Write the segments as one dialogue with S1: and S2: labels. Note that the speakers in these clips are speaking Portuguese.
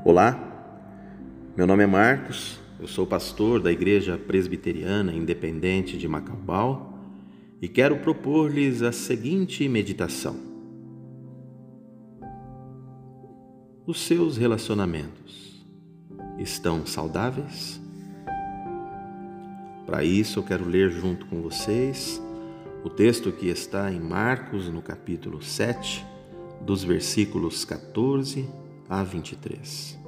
S1: Olá, meu nome é Marcos, eu sou pastor da Igreja Presbiteriana Independente de Macaubal e quero propor-lhes a seguinte meditação. Os seus relacionamentos estão saudáveis? Para isso eu quero ler junto com vocês o texto que está em Marcos, no capítulo 7, dos versículos 14 a 23.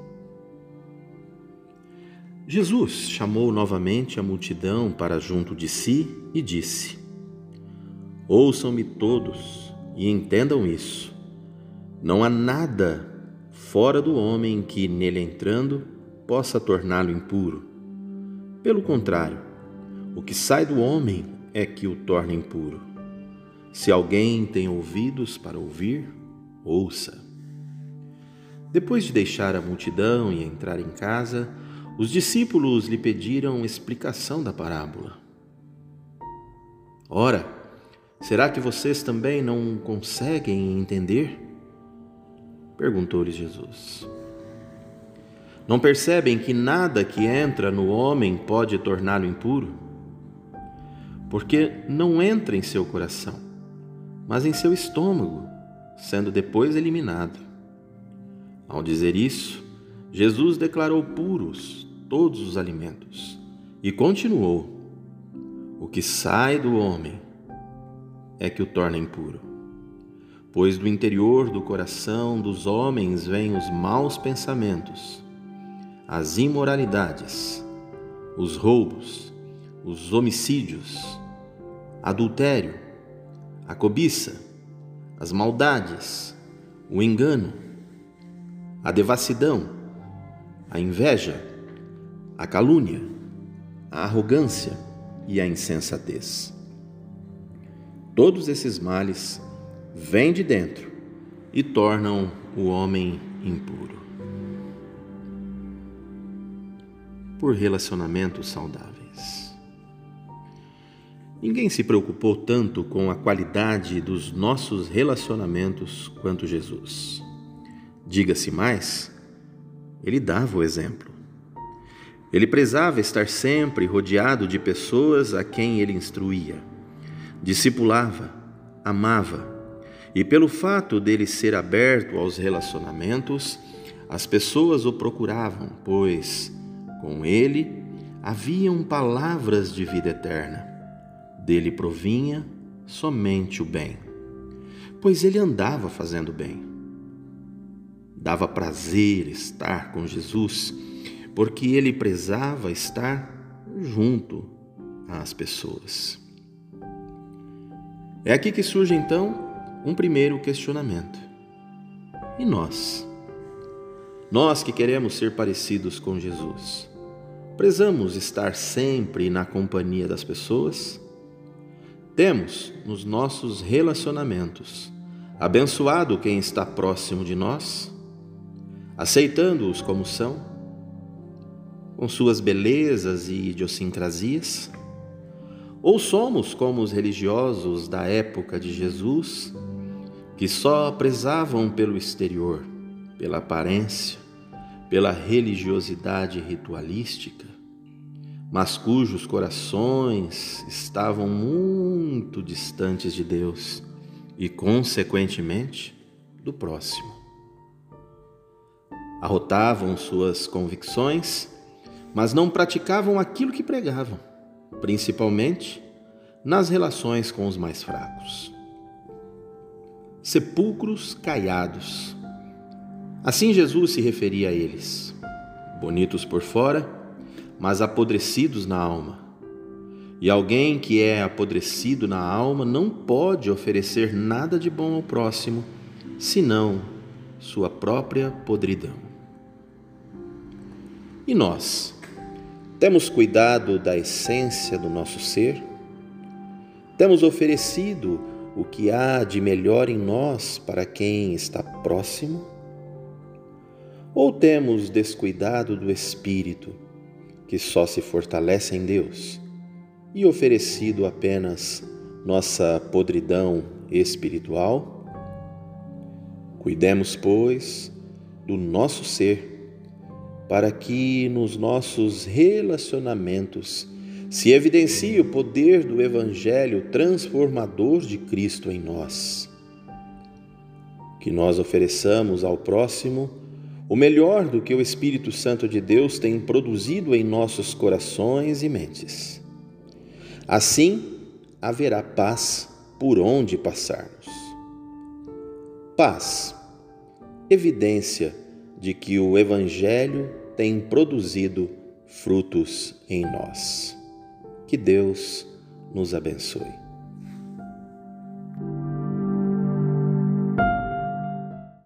S1: Jesus chamou novamente a multidão para junto de si e disse: Ouçam-me todos e entendam isso. Não há nada fora do homem que, nele entrando, possa torná-lo impuro. Pelo contrário, o que sai do homem é que o torna impuro. Se alguém tem ouvidos para ouvir, ouça. Depois de deixar a multidão e entrar em casa, os discípulos lhe pediram explicação da parábola. Ora, será que vocês também não conseguem entender? Perguntou-lhes Jesus. Não percebem que nada que entra no homem pode torná-lo impuro? Porque não entra em seu coração, mas em seu estômago, sendo depois eliminado. Ao dizer isso, Jesus declarou puros todos os alimentos e continuou: O que sai do homem é que o torna impuro. Pois do interior do coração dos homens vêm os maus pensamentos, as imoralidades, os roubos, os homicídios, adultério, a cobiça, as maldades, o engano, a devassidão, a inveja, a calúnia, a arrogância e a insensatez. Todos esses males vêm de dentro e tornam o homem impuro. Por relacionamentos saudáveis. Ninguém se preocupou tanto com a qualidade dos nossos relacionamentos quanto Jesus. Diga-se mais, ele dava o exemplo. Ele prezava estar sempre rodeado de pessoas a quem ele instruía, discipulava, amava, e pelo fato dele ser aberto aos relacionamentos, as pessoas o procuravam, pois com ele haviam palavras de vida eterna. Dele provinha somente o bem, pois ele andava fazendo bem. Dava prazer estar com Jesus, porque ele prezava estar junto às pessoas. É aqui que surge então um primeiro questionamento. E nós? Nós que queremos ser parecidos com Jesus, prezamos estar sempre na companhia das pessoas? Temos nos nossos relacionamentos abençoado quem está próximo de nós? Aceitando-os como são, com suas belezas e idiosincrasias? Ou somos como os religiosos da época de Jesus, que só prezavam pelo exterior, pela aparência, pela religiosidade ritualística, mas cujos corações estavam muito distantes de Deus e, consequentemente, do próximo? Arrotavam suas convicções, mas não praticavam aquilo que pregavam, principalmente nas relações com os mais fracos. Sepulcros caiados. Assim Jesus se referia a eles, bonitos por fora, mas apodrecidos na alma. E alguém que é apodrecido na alma não pode oferecer nada de bom ao próximo, senão sua própria podridão. E nós? Temos cuidado da essência do nosso ser? Temos oferecido o que há de melhor em nós para quem está próximo? Ou temos descuidado do espírito, que só se fortalece em Deus, e oferecido apenas nossa podridão espiritual? Cuidemos, pois, do nosso ser, para que nos nossos relacionamentos se evidencie o poder do Evangelho transformador de Cristo em nós. Que nós ofereçamos ao próximo o melhor do que o Espírito Santo de Deus tem produzido em nossos corações e mentes. Assim, haverá paz por onde passarmos. Paz, evidência de que o Evangelho tem produzido frutos em nós. Que Deus nos abençoe.